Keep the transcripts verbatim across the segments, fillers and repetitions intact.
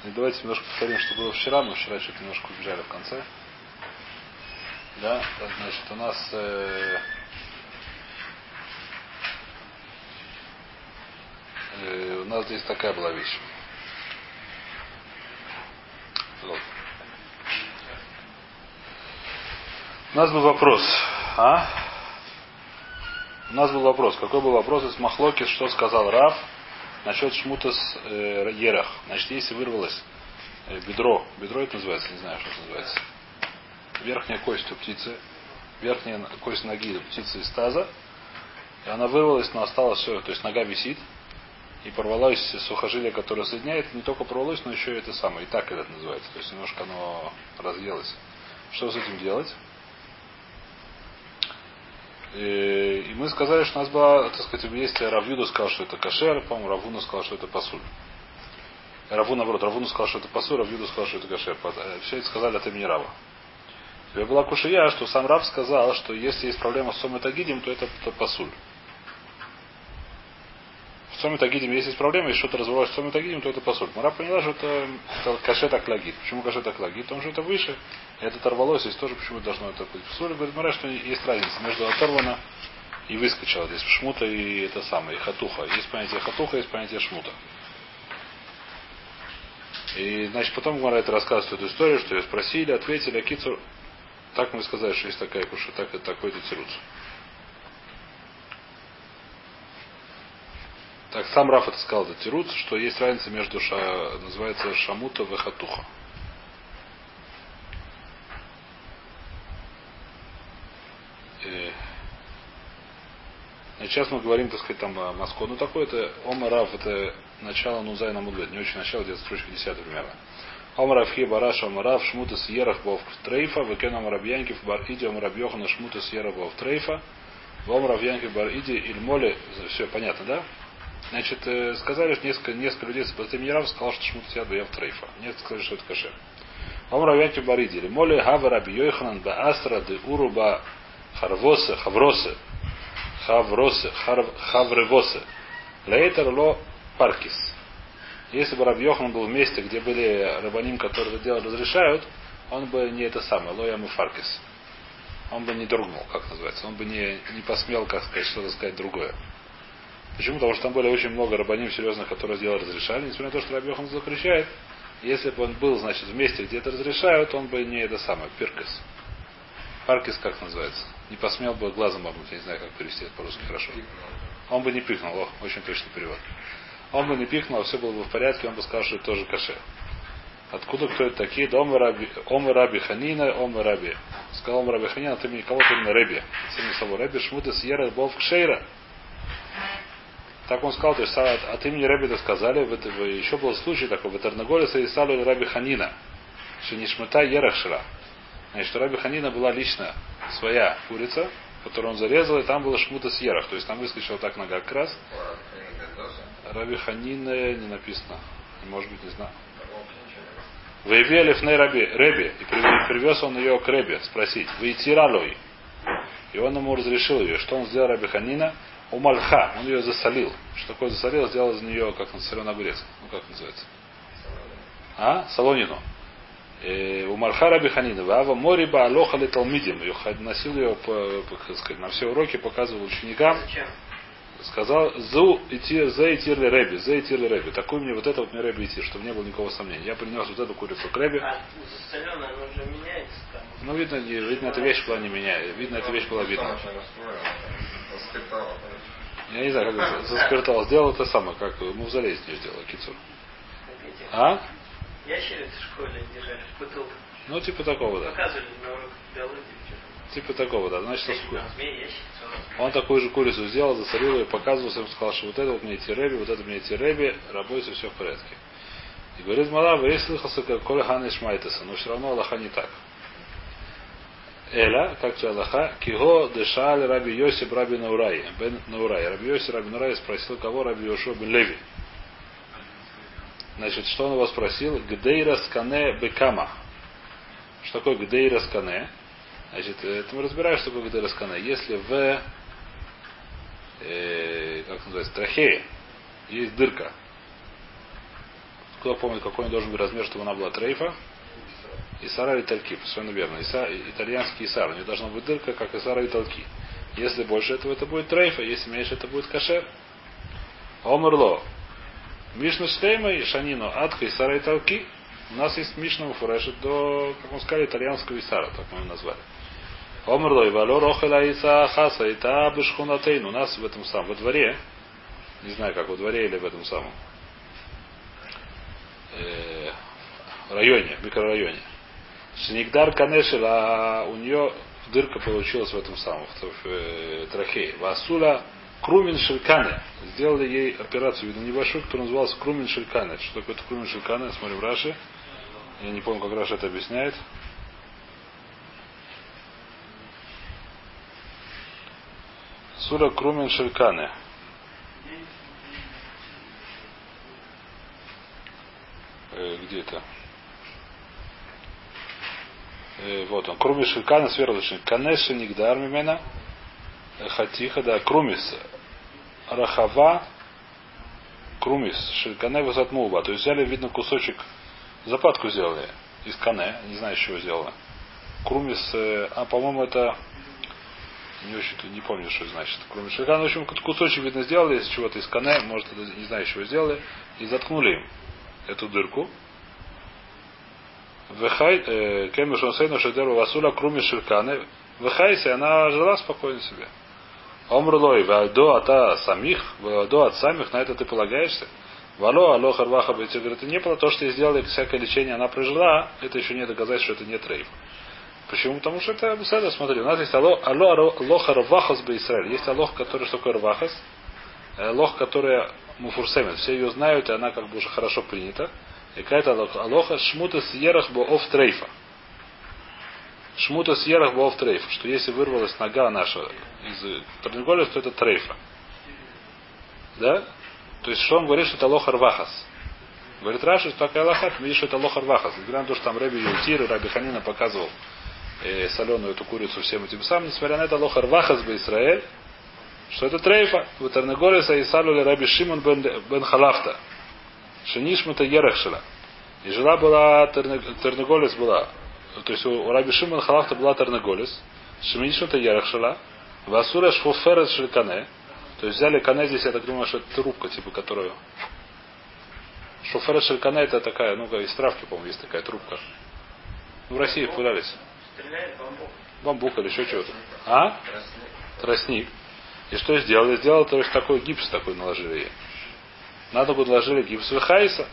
И давайте немножко повторим, что было вчера. Мы вчера что-то немножко убежали в конце. Да, значит, у нас э, э, у нас здесь такая была вещь. Вот. У нас был вопрос. А? У нас был вопрос. Какой был вопрос из Махлоки, что сказал Рав насчет шмутас э, ерах? Значит, если вырвалось э, бедро, бедро это называется, не знаю, что это называется. Верхняя кость у птицы, верхняя кость ноги у птицы из таза, и она вырвалась, но осталось все, то есть нога висит, и порвалось сухожилие, которое соединяет, не только порвалось, но еще и это самое, и так это называется, то есть немножко оно разъелось. Что с этим делать? И мы сказали, что у нас была, так сказать, есть Равюда сказал, что это кашер, по-моему, Равуна сказал, что это пасуль. Равуна, наоборот, Равуна сказал, что это пасуль, Равюда сказал, что это кашер. Все это сказали от имени Рава. Теперь была кушия, что сам Рав сказал, что если есть проблема с Сомет Агидим, то это, это пасуль. В Сомет Агидим, если есть проблема, если что-то развивалось в Сомет Агидим, то это пасуль. Но Рав поняла, что это, это кашет аклагид. Почему кашет аклагид? Потому что это выше, и это оторвалось, здесь тоже почему должно это быть. Пасуль говорит, Мара, что есть разница между оторвано и выскочило. Здесь шмута и это самое, и хатуха. Есть понятие хатуха, есть понятие шмута. И, значит, потом Гмара это рассказывает эту историю, что ее спросили, ответили, а Кицур. Так мы сказали, что есть такая куша, так, такой-то тируц. Так, сам Раф это сказал, это тируц, что есть разница между, ша, называется, шамута и хатуха. И, сейчас мы говорим, так сказать, там о Москве. Ну, такое это, Ома Раф, это начало Нузай на Мудлет, не очень начало, где-то строчка десятая примерно. Омар Хи Бараш Омарав Шмутас Ерах Бов Трейфа, Векен Омар Янкив Бар Иди Омар Йохана Шмутас Ерах Бов Трейфа, Омар Янкив Бар Иди Ильмоле. Все понятно, да? Значит, сказали, что несколько, несколько людей с Батым Ярав сказал, что Шмутас Ерах Бов Трейфа. Несколько сказали, что это кашер. Омар Янкив Бар Иди Ильмоле Хава Раби Йоханан Ба Астра Де Уруба Харвосе Хавросе Хавросе Хавревосе Лейтер Ло Паркис. Если бы Раби Йохан был в месте, где были рабаним, которые это дело разрешают, он бы не это самое, лоям и фаркис. Он бы не дрогнул, как называется. Он бы не, не посмел, как сказать, что-то сказать другое. Почему? Потому что там были очень много рабаним серьезных, которые дело разрешали. Несмотря на то, что Раби Йохан запрещает, если бы он был, значит, в месте, где это разрешают, он бы не это самое, пиркис. Фаркис, как называется? Не посмел бы глазом моргнуть, я не знаю, как перевести это по-русски хорошо. Он бы не пикнул, о, очень точный перевод. Он бы не пикнул, а все было бы в порядке, он бы сказал, что это тоже кашер. Откуда кто это такие? Да Омар Раби, Омар Раби Ханина, Омар Раби. Сказал Омар Раби Ханина, ты мне кого-то именно Раби. Сами собой, Раби Шмута Сьерра Бов Кшейра. Так он сказал, то есть от, от имени Раби это сказали, в, в, еще был случай такой, в Этерноголе сарисалу Раби Ханина, что не Шмута Ерахшира. Значит, что Раби Ханина была лично своя курица, которую он зарезал, и там было Шмута Сьерах, то есть там выскочила так нога как раз. Раби Ханина не написано. Может быть, не знаю. Выявили фней Раби, Реби, и привез он ее к Реби спросить. Выйтиралой. И он ему разрешил ее. Что он сделал Раби Ханина? Умальха. Он ее засолил. Что такое засолил? Сделал из нее, как на соленый огурец. Ну, как называется? А? Солонину. Умальха Раби Ханина. Вава мориба алоха ли талмидим. Носил ее по, по, так сказать, на все уроки, показывал ученикам. Сказал, зу итир, за итирли Рэби, за итирли Рэби. Такой мне вот это вот мне Рэби итир, чтобы не было никакого сомнения. Я принес вот эту курицу к Рэби. А засоленая, она уже меняется там? Ну, видно, не, видно, эта вещь была не меняет. Видно, эта вещь была видна. Я не знаю, как заспиртал. Сделал это самое, как мавзолей с нее сделал, кицур. А? Ящерицы в школе держали в бутылках. Ну, типа такого, да. Показывали на урок биологии. Типа такого, да. Значит, он, он такую же курицу сделал, засорил ее, показывал, ему сказал, что вот это вот мне идти Рэби, вот это мне идти Рэби, работайте, все в порядке. И говорит, Мала, вы слышался, как Коля Хан Ишмайтеса, но все равно Аллаха не так. Эля, как тебе Аллаха, Киго дешаль Раби Йосиб Раби Наурай, бен Наурай. Раби Йосиб Раби Наурай спросил, кого Раби Йошуа бен Леви. Значит, что он его спросил? Гдейра скане бекама. Что такое Гдейра скане? Значит, это мы разбираем, что такое Гдейра скане. Если в, э, как называется, трахее есть дырка, кто помнит, какой он должен быть размер, чтобы она была трейфа? Исара и тальки, совершенно верно. Иса, итальянский исар. У него должна быть дырка, как исара и тальки. Если больше этого, это будет трейфа, если меньше, это будет кашер. Омерло. Мишна Шлейма и Шанину Адха Исара и Талки. У нас есть Мишна Муфурешит до, как мы сказали, итальянского Исара, так мы его назвали. Омерло и Валор Охеля Иса Хаса и Та Бешхунатейн. У нас в этом самом, во дворе, не знаю, как во дворе или в этом самом э, районе, в микрорайоне. Шнигдар Канешела, у нее дырка получилась в этом самом, в э, трахее. Васула Крумин Шелькане. Сделали ей операцию, видно, небольшую, которая называлась Крумин Шелькане. Что такое Крумин Шелькане? Смотрим Раши. Я не помню, как Раши это объясняет. Сура Крумин Шелькане. Э, где это? Э, вот он. Крумин Шелькане сверху. Канеши Нигдар Мимена. Хатиха, да. Крумис. Рахава. Крумис. Шелькане высотмуба. То есть взяли, видно, кусочек. Западку сделали из кане. Не знаю, из чего сделали. Крумис. Э, а, по-моему, это. Не очень не помню, что значит. Крумис Шелькане. В общем, кусочек, видно, сделали из чего-то из кане. Может, это, не знаю, из чего сделали. И заткнули им эту дырку. Вехай. Кемешон Сейну Шедеру Васула Крумис Шелькане. Вехайси, она жила спокойно себе. Омрлой, вадо ата самих, вадо от самих, на это ты полагаешься? Вало, алло, харваха, говорит, это не было то, что ей сделали всякое лечение, она прожила, это еще не доказать, что это не трейф. Почему? Потому что это беседа, смотри, у нас есть алло, алло, алло, харвахас бы Израиль. Есть аллох, который что такое рвахас, аллох, который муфурсемет, все ее знают, и она как бы уже хорошо принята. И какая-то аллоха шмута съерах бы оф трейфа. Шмута съерах бы оф трейфа, что если вырвалась нога наша из Тарнеголя, то это трейфа. Да? То есть, что он говорит, что это лох арвахас. Говорит Раши, что такая лохат, видишь, что это лох арвахас. Несмотря на то, что там Раби Ютир и Раби Ханина показывал э, соленую эту курицу всем этим самым, несмотря на это лох арвахас бы Израиль, что это трейфа. В Тарнеголиса и салули Раби Шимон бен, бен Халафта. Шенишмата Ерахшила. И жила была, Тарнеголис была. То есть у Раби Шимон Халафта была Тарнеголис. Шенишмата Ерахшила. Васура шфуферет шелькане. То есть взяли кане здесь, я так думаю, что это трубка, типа, которую... Шфуферет шелькане это такая, ну, из травки, по-моему, есть такая трубка. Ну, в России популярность. Стреляет бамбук. Бамбук или еще чего-то. А? Тростник. И что сделали? Сделали, то есть такой гипс такой наложили ей. Надо бы наложили гипс Вехайса.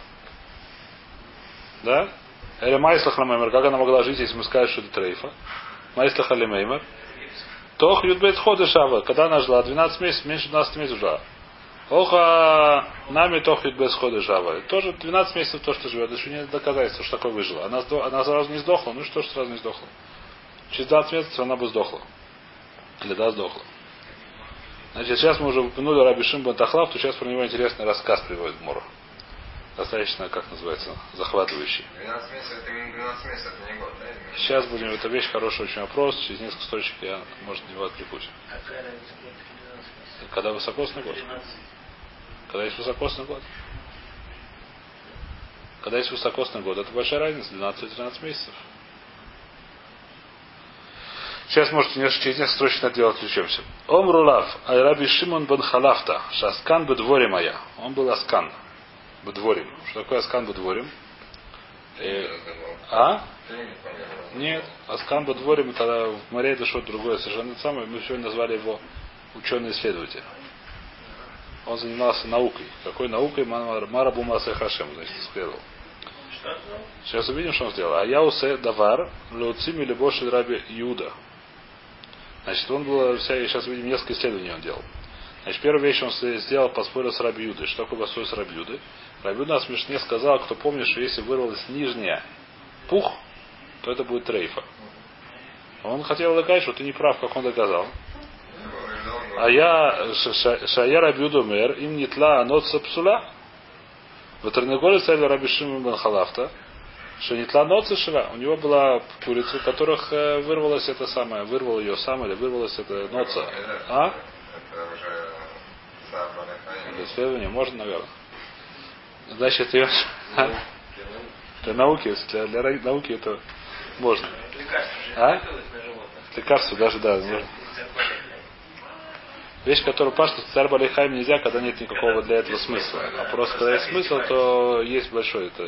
Да? Или Майслах Ламеймер. Как она могла жить, если мы скажем, что это трейфа? Майслах Ламеймер. Тох Юдбет Ходы Шава. Когда она жила? двенадцать месяцев, меньше двенадцати месяцев жила. Оха нами Тох Юдбет Ходы Шава. Тоже двенадцать месяцев то, что живет. Еще не доказательство, что такое выжила. Она, она сразу не сдохла. Ну что, что сразу не сдохла? Через двадцать месяцев она бы сдохла. Или да, сдохла. Значит, сейчас мы уже упомянули Раби Шимон Тахлав, то сейчас про него интересный рассказ приводит Мора. Достаточно, как называется, захватывающий. двенадцать месяцев, это не двенадцать месяцев, это не год, да? Сейчас будем, это вещь, хороший очень вопрос. Через несколько строчек я, может, на него отвлекусь. Какая разница, год или двенадцать месяцев? Когда высокосный год? тринадцать. Когда есть высокосный год? Когда есть высокосный год, это большая разница, двенадцать-тринадцать месяцев. Сейчас, может, через несколько строчек на это дело отвлечемся. Омрулав, Раби Шимон бен Халафта, Шаскан бедворе моя. Он был Аскан. Бедворим. Что такое Аскан бедворим? Э, а? Нет. Аскан бедворим, тогда в море это что-то другое. Совершенно самое. Мы сегодня назвали его ученый-исследователь. Он занимался наукой. Какой наукой? Марабу Масе Хашем, значит, исследовал. Сейчас увидим, что он сделал. А я усе давар, леуцими лебоши раби Юда. Значит, он был, сейчас видим, несколько исследований он делал. Значит, первую вещь он сделал, поспорил с Раби Юдой. Что такое поспорил с Раби Юдой? Раби Юда нас смешне сказал, кто помнит, что если вырвалась нижняя пух, то это будет трейфа. Он хотел доказать, что ты не прав, как он доказал. А я, шая Раби Юда мэр, им не тла анотса псула. В Тарнеголе царь Раби Шимон бен Халафта, что не тла анотса шила. У него была курица, у которых вырвалась это самое, вырвал ее сам или вырвалась это ноца. А? Это уже Исследование можно, наверное. Значит, ее... Для науки, для, для науки это можно. А? Лекарство даже, да. Можно. Вещь, которую пашту царь Балейхайм нельзя, когда нет никакого для этого смысла. А просто когда есть смысл, то есть большой. Это...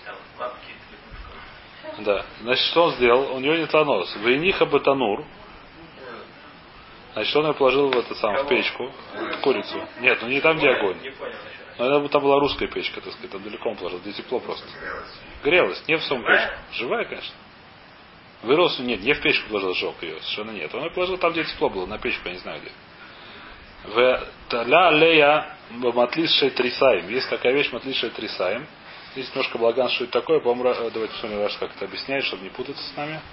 Да. Значит, что он сделал? У него не тонос. Вейниха батанур. Значит, он ее положил в это самое, в печку, в курицу. Нет, ну не там, где огонь. Но там была русская печка, так сказать, там далеко он положил, где тепло просто. Грелась, не в саму печку. Живая, конечно. Вырос, нет, не в печку положил, сжег ее, совершенно нет. Он ее положил там, где тепло было, на печку, я не знаю где. В таля алея матлисшей трисаем. Есть такая вещь матлисшей трисаем. Здесь немножко благан, что это такое. По-моему, давайте посмотрим, Раш как это объясняет, чтобы не путаться с нами.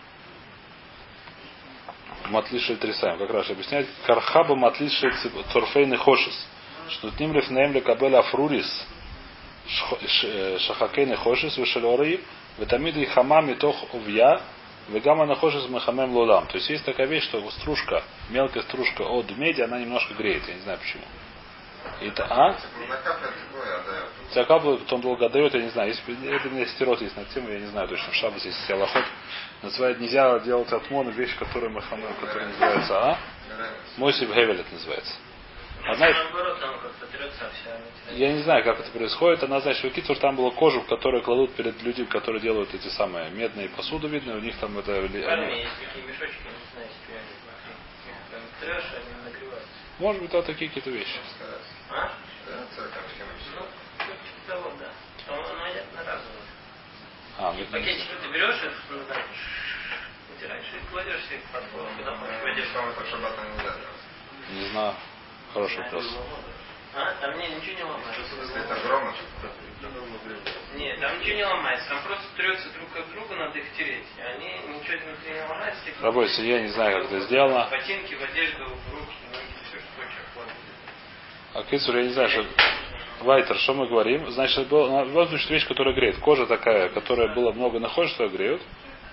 Матлисшей трисаем. Как Раш объясняет. Кархаба матлисшей цорфейны хошис. Шнутним лифнеем лекабель афрурис. Шахакейны хошис вышелоры. Витамиды хамами тох увья. Вегама нахошис махамем лулам. То есть есть такая вещь, что стружка, мелкая стружка от меди, она немножко греет. Я не знаю почему. Это, а? Цакапла, он долго отдает, я не знаю. Если, это у меня стерот есть на тему, я не знаю точно. В Шаббас есть сиалахот. Называют, нельзя делать от мона вещь, которая махамем, которая называется, а? Мойсиб Гевель это называется. Одна... Я не знаю, как это происходит. Она, значит, в Кицур там была кожу, которую кладут перед людьми, которые делают эти самые медные посуды, видно, у них там это... Они... Есть такие мешочки, не знаю, если трешь, они нагреваются. Может быть, вот такие какие-то вещи. А? Ну, того, да. Оно одноразово. А, ну, пакетик ты берешь, это, ну, так, вытираешь и кладешь себе под голову, куда хочешь, водишь. Не знаю. Хороший вопрос. А? Там не, ничего не ломается. Это грома? Нет, там ничего не ломается. Там просто трется друг от друга, надо их тереть. И они ничего внутри не ломаются. Рабочий, я не знаю, как это сделано. Ботинки, в одежду, в руки, ноги, все, что хочешь. А Кицур, я не знаю, что... Вайтер, что мы говорим? Значит, была воздушная вещь, которая греет. Кожа такая, которая было много находит, что ее греют.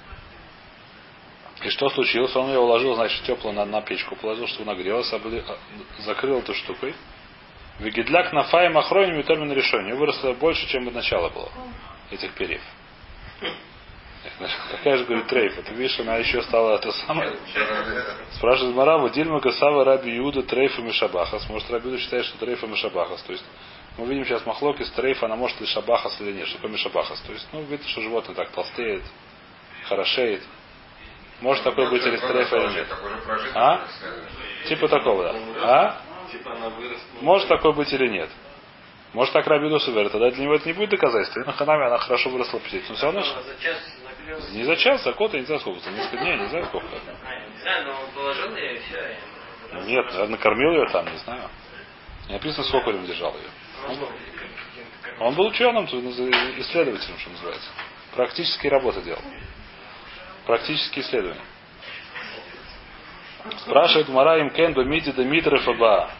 И что случилось? Он ее уложил, значит, тепло на, на печку, положил, чтобы нагрелась, обли... закрыл этой штукой. Вегидляк на фае махроним и термин решения. Выросло больше, чем от начала было этих перьев. Какая же, говорит, трейфа? Ты видишь, она еще стала это самое. Спрашивает Мараву, Дильма Гасава Раби Иуда Трейфа Мишабахас. Может, Раби Иуда считает, что Трейфа Мишабахас. То есть, мы видим сейчас махлок из Трейфа, она может ли Шабахас или нет. Что такое Мишабахас? То есть, ну, видно, что животное так толстеет, хорошеет. Может такое быть или Трейфа или нет. А? Типа такого, да. А? Может такое быть или нет. Может так Раби Иуда говорит, тогда для него это не будет доказательства. И на Ханаме она хорошо выросла птица. Но все равно. Не за час, за год, я не знаю сколько, за несколько дней, не знаю сколько. Не знаю, но он положил ее и все. Нет, наверное, кормил ее там, не знаю. Не написано, сколько время держал ее. Он был, он был ученым, исследователем, что называется. Практические работы делал. Практические исследования. Спрашивает Мара им кен бамиди да митреф аба.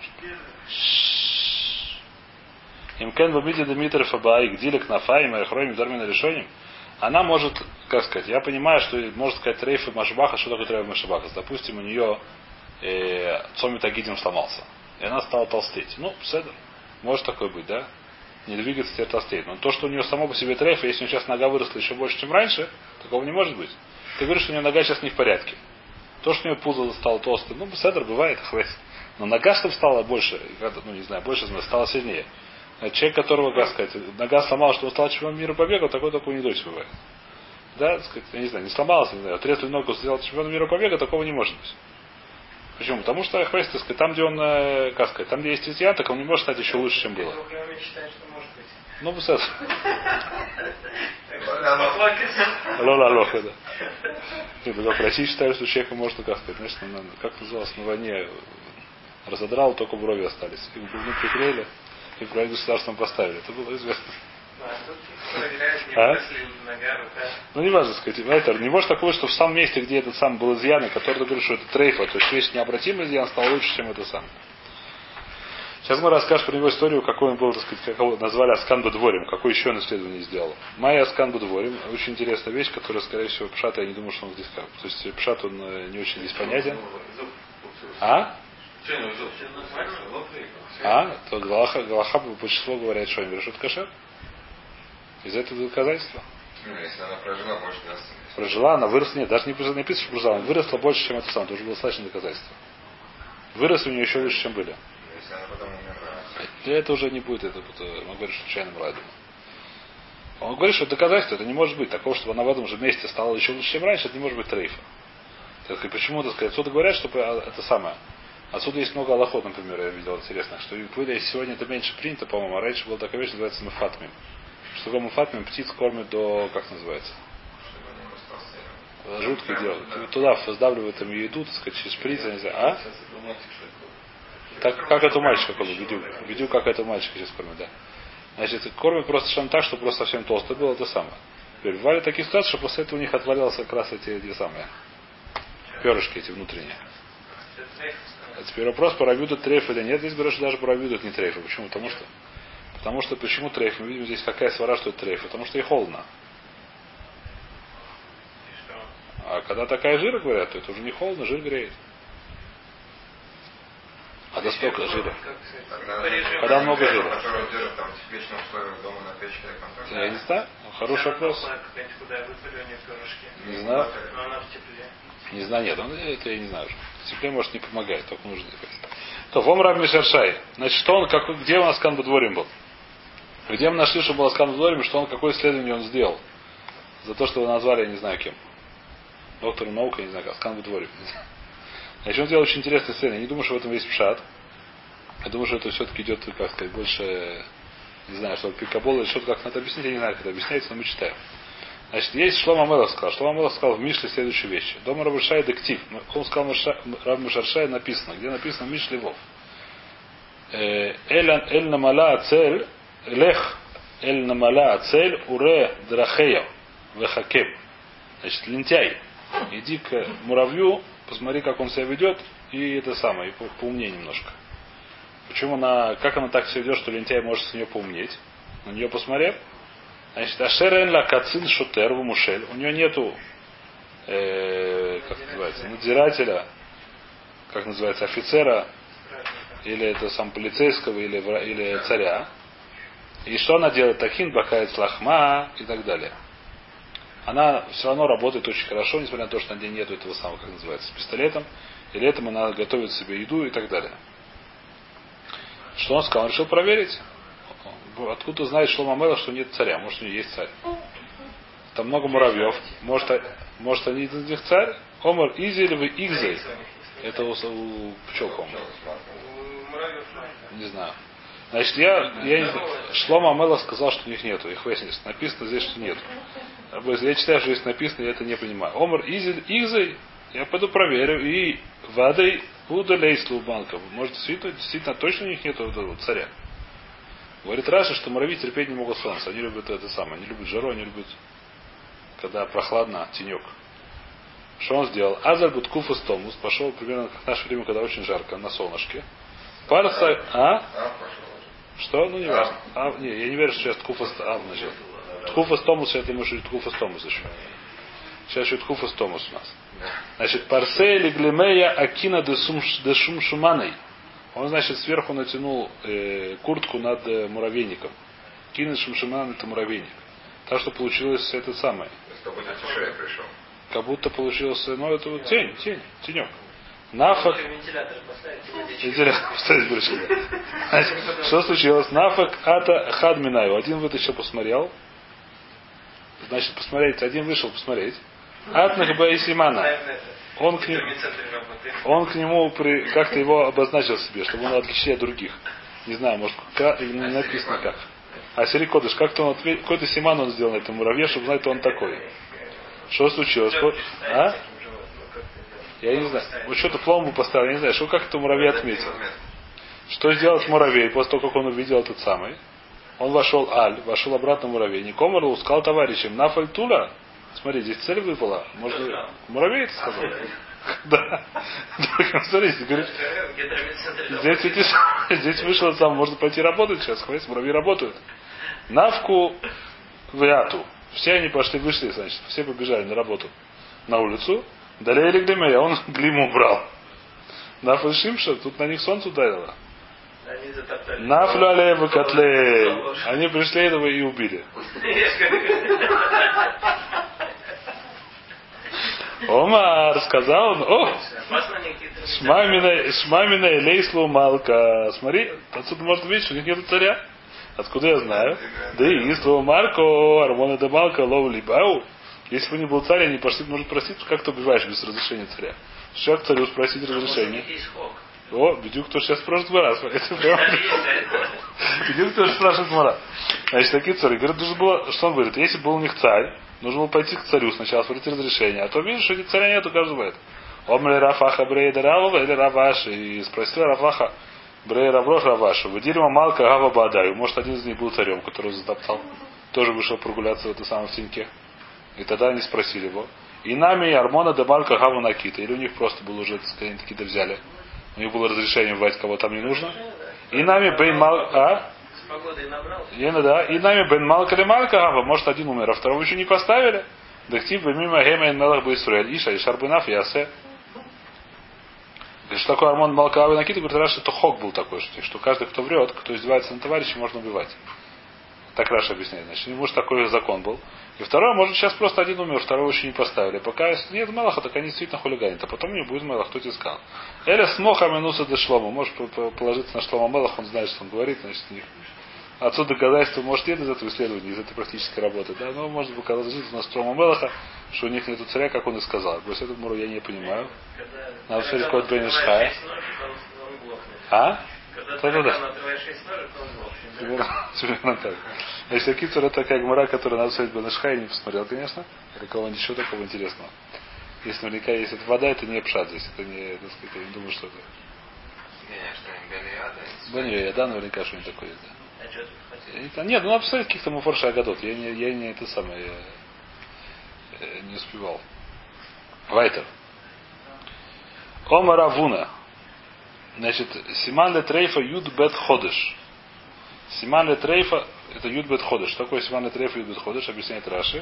Им кен бамиди да митреф аба и гдилек нафа и мэрхроим дармина решением. Она может, как сказать, я понимаю, что может сказать Рейф и Машбаха, что такое Рейф и Машбаха. Допустим, у нее э, Цомит Агидим сломался. И она стала толстеть. Ну, седр. Может такое быть, да? Не двигаться, теперь толстеть. Но то, что у нее само по себе трейф, если у нее сейчас нога выросла еще больше, чем раньше, такого не может быть. Ты говоришь, что у нее нога сейчас не в порядке. То, что у нее пузо стало толстым, ну, седр бывает, хвест. Но нога, чтобы стала больше, ну, не знаю, больше, стала сильнее. Человек, которого, как сказать, нога сломалась, что он стал чемпионом мира по бегу, такой только у недочь бывает. Да, сказать, я не знаю, не сломалась, не знаю, отрезали ногу, сделал чемпионом мира по бегу, такого не может быть. Почему? Потому что Хвест, так сказать, там, где он, как сказать, там, где есть изъян, так он не может стать еще лучше, чем было. Ну, бы это. Лола лоха, да. Нет, в России считают, что человека можно, как сказать, знаешь, как называлось, на войне разодрал, только брови остались. Их бубны приклеили. И проект государством поставили. Это было известно. А? Ну, не важно сказать. Это, не может такое, что в самом месте, где этот сам был изъян, и который говорит, что это трейфа, то есть вещь необратимый изъян, стал лучше, чем это сам. Сейчас мы расскажем про него историю, какой он был, так сказать, как его назвали Аскан Бадворим, какое еще он исследование сделал. Майя Аскан Бадворим, очень интересная вещь, которая, скорее всего, Пшат, я не думаю, что он здесь как. То есть Пшат, он не очень здесь понятен. А? А? То Галаха, Галаха большинство говорят, что они решут кошер. Из этого доказательства. Ну, если она прожила больше двенадцати месяцев. Прожила, она выросла, нет, даже не написано, что прожила, она выросла больше, чем это сам, это уже было достаточно доказательство. Выросли у нее еще выше, чем были. Если она потом умерла. Это уже не будет, это он говорит, что случайно умерла, я думаю. Он говорит, что доказательство, это не может быть такого, чтобы она в этом же месте стала еще лучше, чем раньше, это не может быть трейфа. Так, и почему, так сказать, отсюда говорят, что это самое. Отсюда есть много аллахот, например, я видел интересно, что если сегодня это меньше принято, по-моему, а раньше была такая вещь, называется мефатмим. Что такое мефатмим? Птиц кормят до, как называется? Жуткое дело. Туда сдавливают им еду, так сказать, через шприц, я не знаю. А? Так, как это у мальчика кормят? Видю, видю, как это у мальчика сейчас кормят, да. Значит, кормят просто совершенно так, чтобы просто совсем толстое было, это самое. Теперь бывали такие ситуации, что после этого у них отвалялось как раз эти, эти самые перышки эти внутренние. А теперь вопрос, паравидут трейф или нет. Здесь говорят, что даже паравидут не трейф. Почему? Потому что Потому что почему трейф? Мы видим здесь какая свара, что это трейф. Потому что ей холодно. А когда такая жира, говорят, то это уже не холодно, жир греет. А до столько жира. Когда много жира. Я не знаю. Хороший вопрос. Не знаю. Не знаю, нет, он, это я не знаю. В тепле, может, не помогает, только нужно. То, Вом Рав Мишаршай. Значит, что он, как, где у нас Аскан Бадворим был? Где мы нашли, что был Аскан Бадворим, что он, какое исследование он сделал? За то, что его назвали, я не знаю кем. Доктором науки, я не знаю, Аскан Бадворим. Значит, он сделал очень интересное исследование. Я не думаю, что в этом есть пшат. Я думаю, что это все-таки идет, как сказать, больше, не знаю, что пикабол или что-то как надо объяснить, я не знаю, как это объясняется, но мы читаем. Значит, есть Шломо Амелах сказал. Шломо Амелах сказал в Мишле следующую вещь. Дома Рабушай дектив. Он сказал, Раб Мушаршай написано. Где написано Мишле Вов. Эль намала ацель лех эль намала ацель уре драхея вехакем. Значит, лентяй. Иди к муравью, посмотри, как он себя ведет, и это самое, и поумнее немножко. Почему она, как она так себя ведет, что лентяй может с нее поумнеть? На нее посмотрев. Значит, Ашерен ла кацин шутер в мушель. У нее нету, э, как называется, надзирателя, как называется, офицера, или это сам полицейского, или, или царя. И что она делает? Такин бакает лахма и так далее. Она все равно работает очень хорошо, несмотря на то, что на ней нету этого самого, как называется, с пистолетом. И летом она готовит себе еду и так далее. Что он сказал? Он решил проверить. Откуда знает Шломо Амелах, что нет царя? Может, у нее есть царь. Там много муравьев. Может, может они из них царь? Омар Изи или вы Игзей? Это у, у пчел, по-моему. Не знаю. Значит, я, я не знаю. Шломо Амелах сказал, что у них нету. Их выяснилось. Написано здесь, что нету. Я читаю, что здесь написано, я это не понимаю. Омар Изи Игзей? Я пойду проверю. И Вадой Удалейслу банка. Может, действительно, действительно точно у них нету царя. Говорит Раша, что муравьи терпеть не могут солнце. Они любят это самое. Они любят жару, они любят, когда прохладно, тенек. Что он сделал? Азаль Буткуфус Томус пошел примерно как в наше время, когда очень жарко, на солнышке. Парса... А? Что? Ну, не важно. А, не, я не верю, что сейчас Ткуфус Ав начал. Ткуфус Томус, я думаю, что Ткуфус Томус еще. Сейчас еще Ткуфус Томус у нас. Значит, Парсе или Глемея Акина де Шум Шуманой. Он, значит, сверху натянул э, куртку над э, муравейником. Кинет Шумшиман это муравейник. Так что получилось это самое. Как будто тишина пришел. Как будто получилось, ну это вот тень, тень, тенек. Нафак. Вентилятор поставить. Вентилятор поставить больше. Значит, что случилось? Нафак ата хадминаю. Один вытащил, посмотрел. Значит, посмотреть. Один вышел посмотреть. Атнах Баисимана. Он к, ним, он к нему при, как-то его обозначил себе, чтобы он отличил от других. Не знаю, может, как, не написано как. А Сери Кодыш, как-то он ответил, какой-то симан он сделал на этом муравье, чтобы знать, что он такой. Что случилось? А? Я не знаю. Вот что-то пломбу поставил, я не знаю, что как это муравей отметил. Что сделать муравей, после того, как он увидел этот самый? Он вошел аль, вошел обратно в муравейник. Омарлу сказал товарищам, нафаль тула. Смотри, здесь цель выпала. Может, муравей это сказал? Да. Смотрите, говорит, здесь, здесь вышло сам, можно пойти работать сейчас. Хватит, муравьи работают. Навку в Яту. Все они пошли, вышли, значит, все побежали на работу. На улицу. Далее или глимея, он глиму убрал. Нафль Шимша, тут на них солнце ударило. Они затоптали. Нафлю алеева котлей. Они пришли этого и убили. Омар сказал он, о, Шмамина и Лейслу Малка. Смотри, отсюда можно видеть, что у них нет царя. Откуда я знаю? Да и Ислу Марко, Армона де Малка, Лоу Либау. Если бы не был царь, они пошли, может просить, как ты убиваешь без разрешения царя? Что к царю спросить разрешение? О, Бедюк, кто сейчас спрашивает два раза. Бедюк тоже спрашивает два раза. Значит, такие цари. Говорят, нужно было, что он говорит, если был у них царь, нужно было пойти к царю сначала, спросить разрешение. А то видишь, что царя нету, каждый бывает. Омли Рафаха Брей Даралова или Раваши. И спросил Рафаха Брей Раврош Равашу. Выдильма Малка Гава Бадаю. Может, один из них был царем, который затоптал. Тоже вышел прогуляться в этой самой теньке. И тогда они спросили его. И нами Армона де Малка Гава Накита. Или у них просто был уже, так сказать, какие-то взяли. У них было разрешение убивать, кого там не нужно. И нами Бен Малка... А? С погодой набрал? И, да. И нами Бен Малка или Малка Гава. Может, один умер, а второго еще не поставили. Дактив Бемима Гемейн Мелах Бейсруэль. Иша и Шарбинав Ясе. Что такое Армон Малка Гава Накита? Говорит, Раша, это хок был такой, что, что каждый, кто врет, кто издевается на товарища, можно убивать. Так Раша объясняет. Значит, может, такой закон был. И второй, может, сейчас просто один умер, второго еще не поставили. Пока нет Мелаха, так они действительно хулиганят. А потом не будет Мелах, кто тебе сказал. Эля смоха минуса де шлома. Можешь положиться на Шлома Мелах, он знает, что он говорит, значит, у них. Отсюда доказательство, может, нет из этого исследования, из этой практической работы, да, но может показать на Шлома Мелаха, что у них нету царя, как он и сказал. Просто эту муру я не понимаю. Надо все рекорд Бен Ишхая. А? Когда ты отрываешь шесть ножек, то он Примерно, примерно так. А если Кицур, это такая гмара, которая надо смотреть Бенешха, я не посмотрел, конечно. А какого-нибудь еще такого интересного. Если наверняка есть это вода, это не пшат здесь. Это не, так сказать, я не думаю, что это. Бен да, наверняка что-нибудь такое есть, да. А что ты хотел? Нет, ну надо посмотреть каких-то муфорша агадот. Я не, я не это самое, я, я не успевал. Вайтер. Омара Вуна. Значит, Симан ле трейфа юд бет ходыш. Симан ле трейфа, это юд бет ходыш. Что такое Симан ле трейфа юд бет ходыш? Объясняет Раши.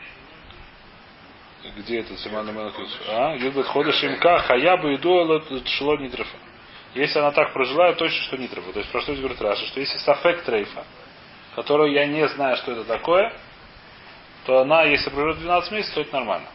Где это Симан ле мелах? А, юд бет ходыш имка хаяба иду шло нитрефа. Если она так прожила, точно что нитрефа. То есть про что здесь говорит Раши? Что если сафек трейфа, которую я не знаю, что это такое, то она, если проживет двенадцать месяцев, то это нормально.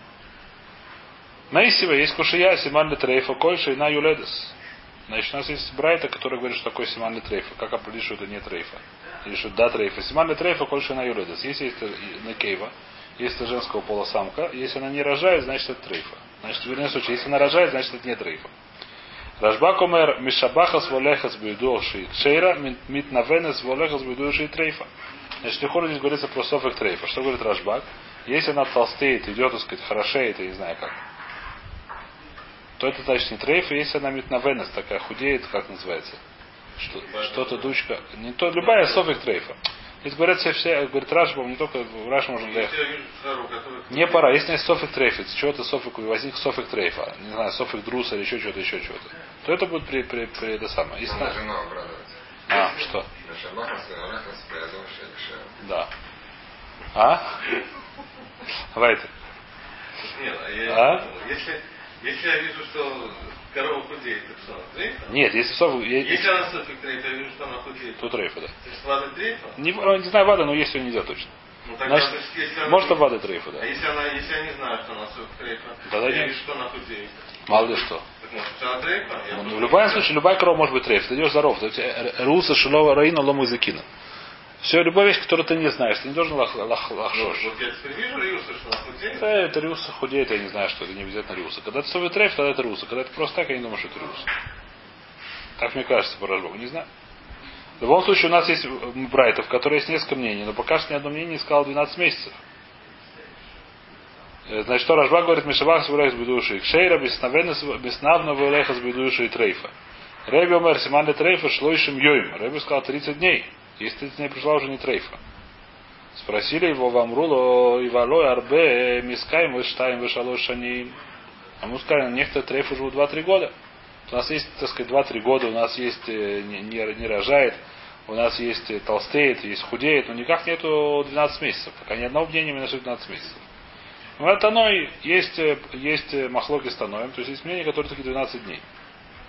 Мейсива есть кушия Симан ле трейфа кольша и на юледес. Значит, у нас есть брайта, который говорит, что такое Симан ле трейфа. Как определить, что это не трейфа? Или что да трейфа. Симан ле трейфа кольша на юледес. Если есть некейва, если женского пола самка, если она не рожает, значит это трейфа. Значит, в верном случае, если она рожает, значит это не трейфа. Рашбак омер мишабахас волехас бюдоши шейра митнавенес волехас бюдоши трейфа. Значит, лихор здесь говорится про софик трейфа. Что говорит Рашбак? Если она толстеет, идет, так сказать, хорошеет, я не знаю как, то это значит не трейфа, если она митнавенес такая худеет, как называется? Что, что-то дучка. Не то, любая софик трейфа. Здесь говорят все, все говорит Рашба, не только в Раш можно доехать. Не пора, если есть софик трейфа, чего-то софик, возник софик трейфа, не знаю, софик друса или еще что-то, еще что-то, то это будет при, при, при это самое. Если на... А, что? Да. А? Давай ты. Нет, а? Если, если я вижу, что корова худеет, то что, трейфа? Нет, если софик... Если она софик трейфа, я вижу, что она худеет. То трейфа, да. То есть вада трейфа? Не, не знаю вада, но есть ее нельзя точно. Ну, тогда, значит, есть, если она... может, вада трейфа, да. А если, она, если я не знаю, что она софик трейфа, тогда я нет. вижу, что она худеет. Мало ли что. Так может, что она трейфа? Ну, в любом случае, любая корова может быть трейф. Ты идешь здоров. Руса, шилова, раина, лому языкина. Все, любая вещь, которую ты не знаешь, ты не должен лах, лах, лахшош. Вот я теперь вижу Риуса, что она худеет. Да, это Риуса худеет, я не знаю, что это не обязательно Риуса. Когда это совет трейф, тогда это Риуса. Когда это просто так, я не думаю, что это Риуса. Так мне кажется, по Рашбагу, не знаю. В любом случае, у нас есть брайтов, в которых есть несколько мнений, но пока что ни одно мнение не сказал двенадцать месяцев. Значит, что Рашбаг говорит, Мишабах с бедуши. Кшейра беснавна вулеха с бедуши и трейфа. Рэби омер симан ле трейфа шлойшим йойм. Рэби сказал тридцать дней. Если тридцать дней пришла, уже не трейфа. Спросили его, вамруло, ивалой, арбе, мискаем, выштаем, вышалош шаним. А мы сказали, некоторые трейфы живут два-три года. У нас есть, так сказать, два-три года, у нас есть не, не, не рожает, у нас есть толстеет, есть худеет, но никак нету двенадцать месяцев. Пока ни одного мнения не нашли двенадцать месяцев. Но это оно и есть, есть махлоки становим, то есть есть мнение, которые такие двенадцать дней.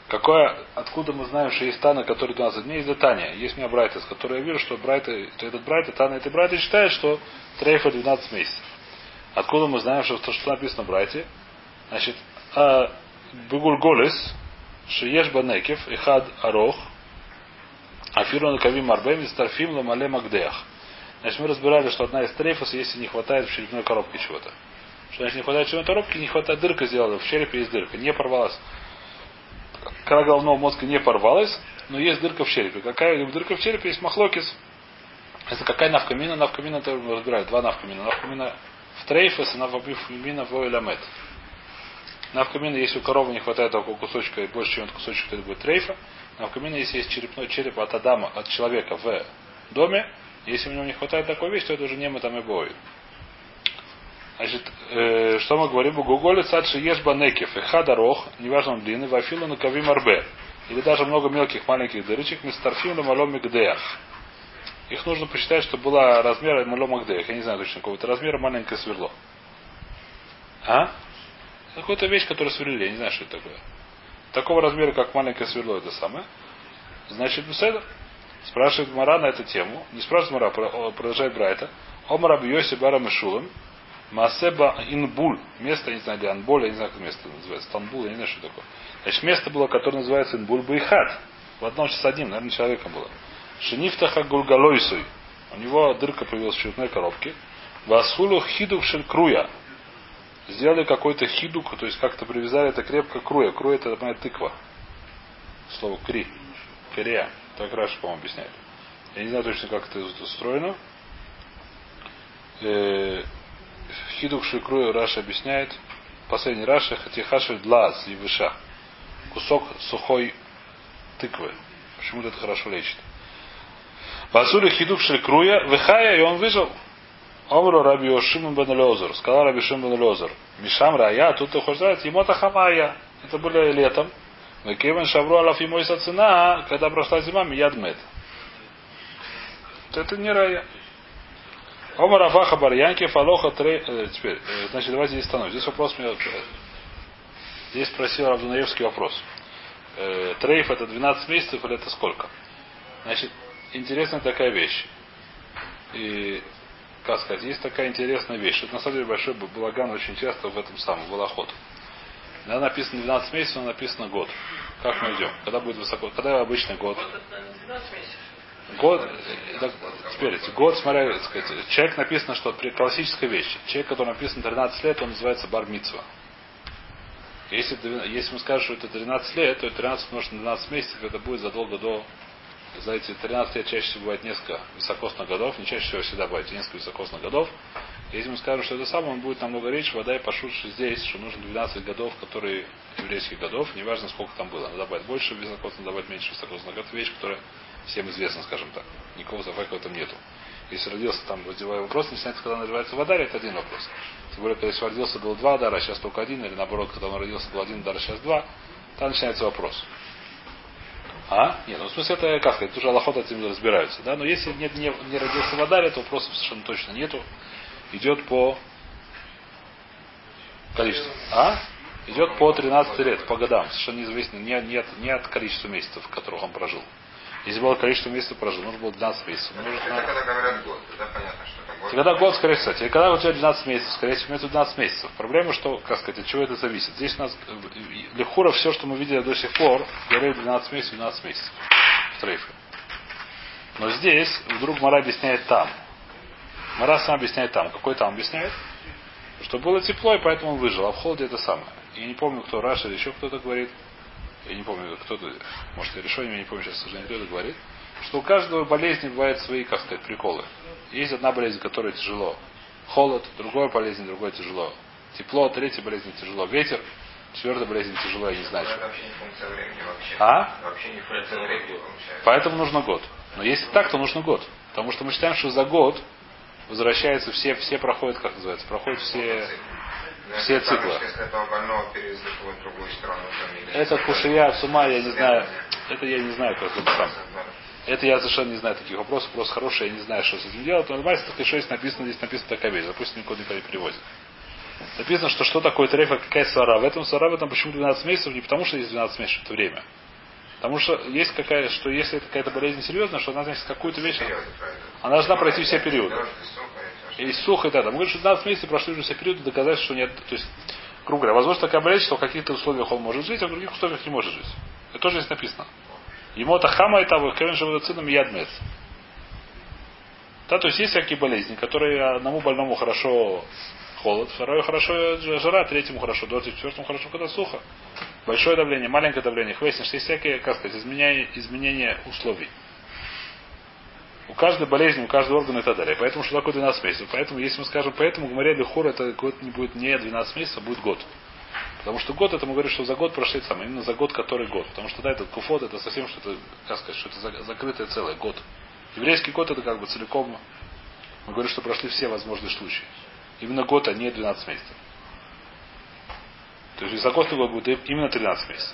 Какое, откуда мы знаем, что есть Тана, который двенадцать дней, из Тания. Есть у меня Брайта, с которой я вижу, что Брайта, этот Брайта, Тана, этот Брайта считает, что трейфа двенадцать месяцев. Откуда мы знаем, что, что написано в Брайте? Значит, Бегуль Голес, Шиеш Банекев, Ихад Арох, Афиру Накавим Арбем, Старфим Ламале Магдеях. Значит, мы разбирали, что одна из трейфов, если не хватает в черепной коробке чего-то. Что значит не хватает в черепной коробке, не хватает, дырка сделала, в черепе есть дырка, не порвалась. Кора головного мозга не порвалась, но есть дырка в черепе. Какая дырка в черепе? Есть махлокис. Это какая навкамина? Навкамина, это мы разбирали, два навкамина. Навкамина в трейфес и навкамина в ойламет. Навкамина, если у коровы не хватает такого кусочка, и больше, чем этот кусочек, то это будет трейфа. Навкамина, если есть черепной череп от Адама, от человека в доме, если у него не хватает такой вещи, то это уже не мы там и бой. Значит, э, что мы говорим? Гуголи цадши ешба некев, и хадарох, неважно он длинный, вафилу на кавим арбе. Или даже много мелких маленьких дырочек, мистарфим на малом мигдеях. Их нужно посчитать, чтобы была размера малом мигдеях. Я не знаю точно какого-то размера, маленькое сверло. А? Какая-то вещь, которую сверлили, я не знаю, что это такое. Такого размера, как маленькое сверло, это самое. Значит, беседа. Спрашивает Мара на эту тему. Не спрашивает Мара, продолжает Брайта. Омар Абьёси Бара Мишулам. Масеба Инбуль. Место, я не знаю, где Анболь, я не знаю, как место называется. Стамбул, я не знаю, что такое. Значит, место было, которое называется Инбуль Байхат. В одном с одним, наверное, человеком было. Шинифтаха Гульгалойсуй. У него дырка появилась в черепной коробке. Васхулу Хидук Шелькруя. Сделали какой-то хидук, то есть как-то привязали это крепко к круя. Круя это, например, тыква. Слово кри. Кория. Так Раша, по-моему, объясняет. Я не знаю точно, как это устроено. Хидук Шикрую Раша объясняет. Последний Раша, Хатихашель Длаз и Выша. Кусок сухой тыквы. Почему-то это хорошо лечит. Басули Хидук Шикруя, Вихая, и он выжил. Омру Раби Шимон бен Элеозер. Сказал Раби Шимон бен Элеозер. Мишам Рая, тут ты хочешь сказать, Емота Хамая. Это было летом. Но Кевен Шавру Алаф и Мойса цена, когда прошла зима, Мияд Мед. Это не Рая. Омар Аваха Барьянки, Фалоха Трей... Э, теперь, э, значит, давайте здесь становимся. Здесь вопрос мне... Здесь спросил Равдунаевский вопрос. Э, трейф это двенадцать месяцев или это сколько? Значит, интересная такая вещь. И, как сказать, есть такая интересная вещь. Это на самом деле большой балаган очень часто в этом самом, в Волоход. Когда написано двенадцать месяцев, написано год. Как мы идем? Когда будет высоко? Когда обычный год? Год, это, теперь, год, смотря, сказать, человек написано, что при классической вещи, человек, который написан тринадцать лет, он называется бар-мицва. Если, если мы скажем, что это тринадцать лет, то тринадцать умножить на двенадцать месяцев, это будет задолго до, за эти тринадцать лет чаще всего бывает несколько високосных годов, не чаще всего всегда бывает несколько високосных годов. Если мы скажем, что это самое, он будет намного речь, вода и пошут здесь, что нужно двенадцать годов, которые еврейских годов, неважно сколько там было, надо добавить больше високосных, надо добавить меньше високосных годов, вещь, которая всем известно, скажем так. Никакого зафака в этом нету. Если родился там, воздевая вопрос, начинается, когда называется в Адаре, это один вопрос. Тем более, когда если родился, было два Адара, а сейчас только один, или наоборот, когда он родился, был один Адар, а сейчас два, там начинается вопрос. А? Нет, ну в смысле это, как сказать, уже Аллахот этим разбираются, да? Но если нет, не, не родился в Адаре, то вопросов совершенно точно нету. Идет по количеству. А? Идет по тринадцать лет, по годам. Совершенно неизвестно, не, нет, не от количества месяцев, в которых он прожил. Если было количество месяцев прожил, нужно было двенадцать месяцев. Это на... когда говорят год, тогда понятно, что это год. Когда год, скорее всего. И когда у тебя двенадцать месяцев, скорее всего, это двенадцать месяцев. Проблема, что, как сказать, от чего это зависит. Здесь у нас лихура, все, что мы видели до сих пор, говорили двенадцать месяцев, двенадцать месяцев. В трейфе. Но здесь вдруг Мара объясняет там. Мара сам объясняет там. Какой там объясняет? Что было тепло, и поэтому он выжил. А в холоде это самое. Я не помню, кто Раша или еще кто-то говорит. Я не помню, кто-то, может, я решение, я не помню сейчас, к сожалению, кто это говорит, что у каждого болезни бывают свои, как сказать, приколы. Есть одна болезнь, которая тяжело. Холод, другая болезнь, другая тяжело. Тепло, третья болезнь тяжело. Ветер, четвертая болезнь тяжело, я не знаю. Это вообще не функция времени вообще. А? Вообще не функция времени получается. Поэтому нужно год. Но если так, то нужно год. Потому что мы считаем, что за год возвращаются все, все проходят, как называется, проходят все... Все циклы. Это кушия, с ума, я не знаю. Это я не знаю, как это сам. Это я совершенно не знаю таких вопросов. Вопрос хороший, я не знаю, что с этим делать. Но в Мальцах еще есть написано, здесь написано такая вещь. Допустим, никуда никто не переводит. Написано, что что такое трейфа, какая свара. В этом свара, в этом почему двенадцать месяцев, не потому что есть двенадцать месяцев, это время. Потому что есть какая, что если это какая-то болезнь серьезная, что она значит какую-то вещь, она должна пройти все периоды. И сухо и так. Мы говорим, что двенадцать месяцев прошли уже все периоды, доказать, что нет. То есть, грубо говоря, возможно такая болезнь, что в каких-то условиях он может жить, а в других условиях не может жить. Это тоже здесь написано. Ему это хама и того, кевин шавадацином ядмец. Да, то есть есть всякие болезни, которые одному больному хорошо холод, второе хорошо жара, третьему хорошо дождь, четвертому хорошо, когда сухо. Большое давление, маленькое давление, хвестишь, есть всякие, как сказать, изменения, изменения условий. У каждой болезни, у каждого органа и так далее. Поэтому что такое двенадцать месяцев? Поэтому, если мы скажем, поэтому Гмаре Лихур это год не будет не двенадцать месяцев, а будет год. Потому что год, это мы говорим, что за год прошли самое, именно за год, который год. Потому что да, этот куфот, это совсем что-то, как сказать, что это закрытое целое, год. Еврейский год это как бы целиком, мы говорим, что прошли все возможные случаи. Именно год, а не двенадцать месяцев. То есть за год год будет именно тринадцать месяцев.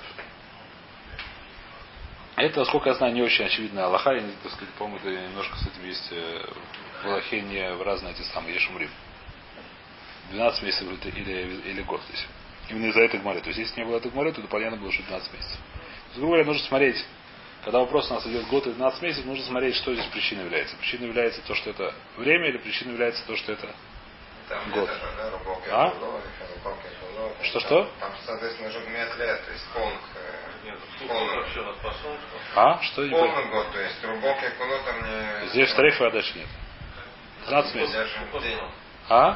Это, насколько я знаю, не очень очевидная Аллаха. Я, так сказать, по-моему, это немножко с этим есть в Аллахе не в разные эти самые Ешумрим. двенадцать месяцев или, или год здесь. Именно из-за этой гмары. То есть, если не было этой гмары, то понятно было, что двенадцать месяцев. Грубо говоря, нужно смотреть, когда вопрос у нас идет год и двенадцать месяцев, нужно смотреть, что здесь причиной является. Причиной является то, что это время, или причиной является то, что это там год. Это, да, а? Что-что? Там, соответственно, уже лет, то есть полных. Нет, полный, а? Что? Полный год, то есть рубок и куло там не... Здесь стрейфа, а дальше нет. двенадцать месяцев. А?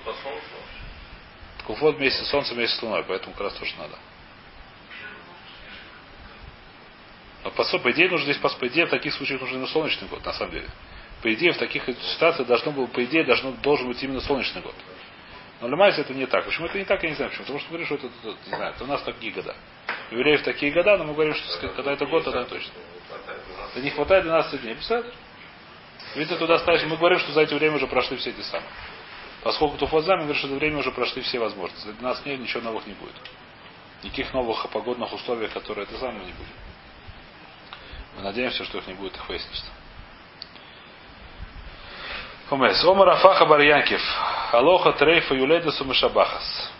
Куфот вместе с солнцем, вместе с луной, поэтому как раз тоже надо. Но по, по идее нужно здесь, по идее в таких случаях нужен именно солнечный год, на самом деле. По идее в таких ситуациях должно было, по идее должно, должен быть именно солнечный год. Но для Майса это не так. Почему это не так, я не знаю почему. Потому что мы говорим, что это, это не знаю, это у нас такие года. У евреев такие года, но мы говорим, что сказать, когда это год, тогда точно. Да не хватает двенадцати дней. Представляете? Видите, туда ставишь. Мы говорим, что за это время уже прошли все эти самые. Поскольку туфоза, мы говорим, что за время уже прошли все возможности. За двенадцать дней ничего новых не будет. Никаких новых погодных условий, которые это самое не будет. Мы надеемся, что их не будет их выясниться. Хумес. Омар Афаха бар Янкив. Алоха трейфа юледесу мешабахас.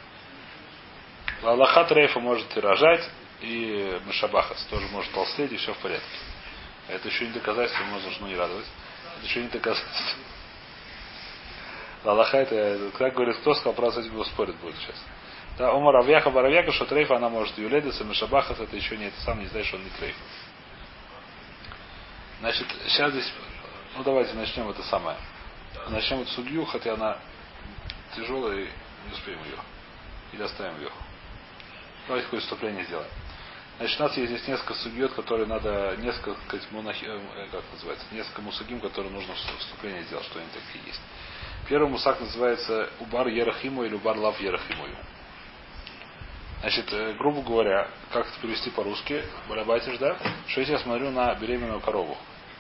Аллаха трейфа может и рожать, и мешабахас тоже может толстеть, и все в порядке. Это еще не доказательство, мы должны не радовать. Это еще не доказательство. Аллаха это, как говорит, кто сказал, правда, с этим его спорить будет сейчас. Да, Омар Авьяха бар Авьяка, что трейфа она может юледесу мешабахас, это еще не это сам не знает, что он не трейф. Значит, сейчас здесь, ну давайте начнем это самое. Начнем эту судью, хотя она тяжелая и не успеем ее. Или оставим ее. Давайте какое вступление сделаем. Значит, у нас есть здесь несколько судьет, которые надо, несколько, сказать, монахи, как называется, несколько мусагим, которые нужно вступление сделать, что они такие есть. Первый мусак называется Убар Ерахиму или Убар Лав Ерахимую. Значит, грубо говоря, как это перевести по-русски, Балабатиш, да? Что если я смотрю на беременную корову?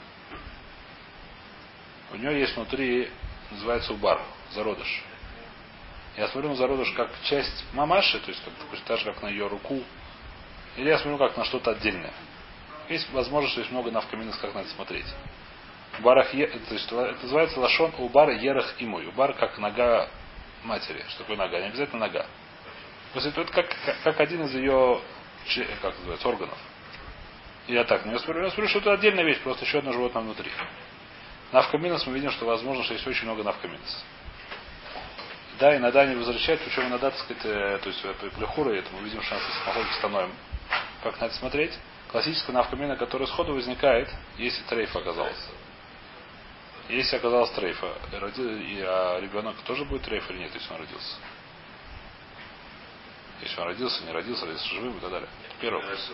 У нее есть внутри, называется убар, зародыш. Я смотрю на зародыш как часть мамаши, то есть как, так же, как на ее руку, или я смотрю как на что-то отдельное. Есть возможность, что есть много навкаминов, как надо смотреть. Убарах, то есть это называется лашон убар ерах имуй. Убар как нога матери. Что такое нога? Не обязательно нога. То есть это как, как, как один из ее, как называется, органов. Я так на нее смотрю. Я смотрю, что это отдельная вещь, просто еще одно животное внутри. Навкаминос мы видим, что возможно, что есть очень много навкаминос. Да, иногда они возвращают, причем иногда, так сказать, то есть плехуры, это мы видим, что нас с становим. Как на это смотреть? Классическая навкамина, которая сходу возникает, если трейфа оказалась. Если оказалась трейфа, и, а ребенок тоже будет трейф или нет, если он родился? Если он родился, не родился, родился живым и так далее. Первый вопрос.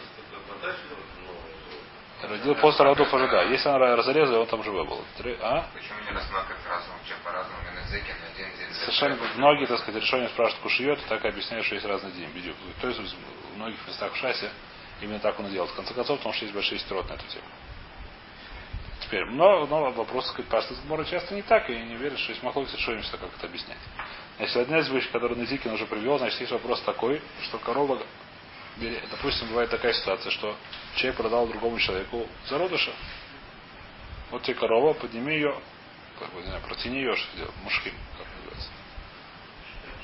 Родил после родов уже, да. Если она разрезала, он там живой был. А? Почему не рассматривать разным, чем по-разному языке на один день? Совершенно многие, так сказать, решения спрашивают кушиет, так и объясняют, что есть разный день. То есть в многих местах в шасе именно так он и делает. В конце концов, потому что есть большие стерот на эту тему. Теперь, но, но вопрос, сказать, паштус Гмора часто не так, и не верит, что есть махлок, что им как это объяснять. Значит, одна из вещей, которую Назикин уже привел, значит, есть вопрос такой, что корова, допустим, бывает такая ситуация, что человек продал другому человеку зародыша. Вот тебе корова, подними ее, как бы, не знаю, протяни ее, что делать, мушхим, как называется.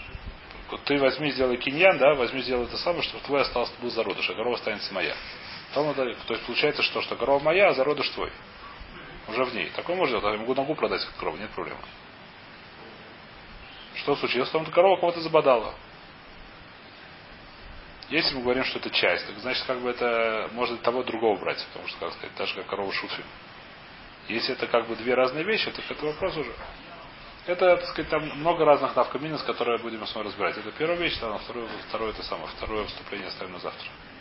Вот ты возьми, сделай киньян, да, возьми, сделай это самое, чтобы твой остался был зародыш, а корова останется моя. То, надо, то есть получается, что, что корова моя, а зародыш твой. Уже в ней. Такое можно делать, я могу ногу продать как корову, нет проблем. Что случилось? Потому что корова кого-то забодала. Если мы говорим, что это часть, так значит, как бы это может того другого брать, потому что, как сказать, так же, как корова шуфим. Если это как бы две разные вещи, так это вопрос уже. Это, так сказать, там много разных навкаминус, которые будем с вами разбирать. Это первая вещь, а второе, второе это самое, второе вступление оставим на завтра.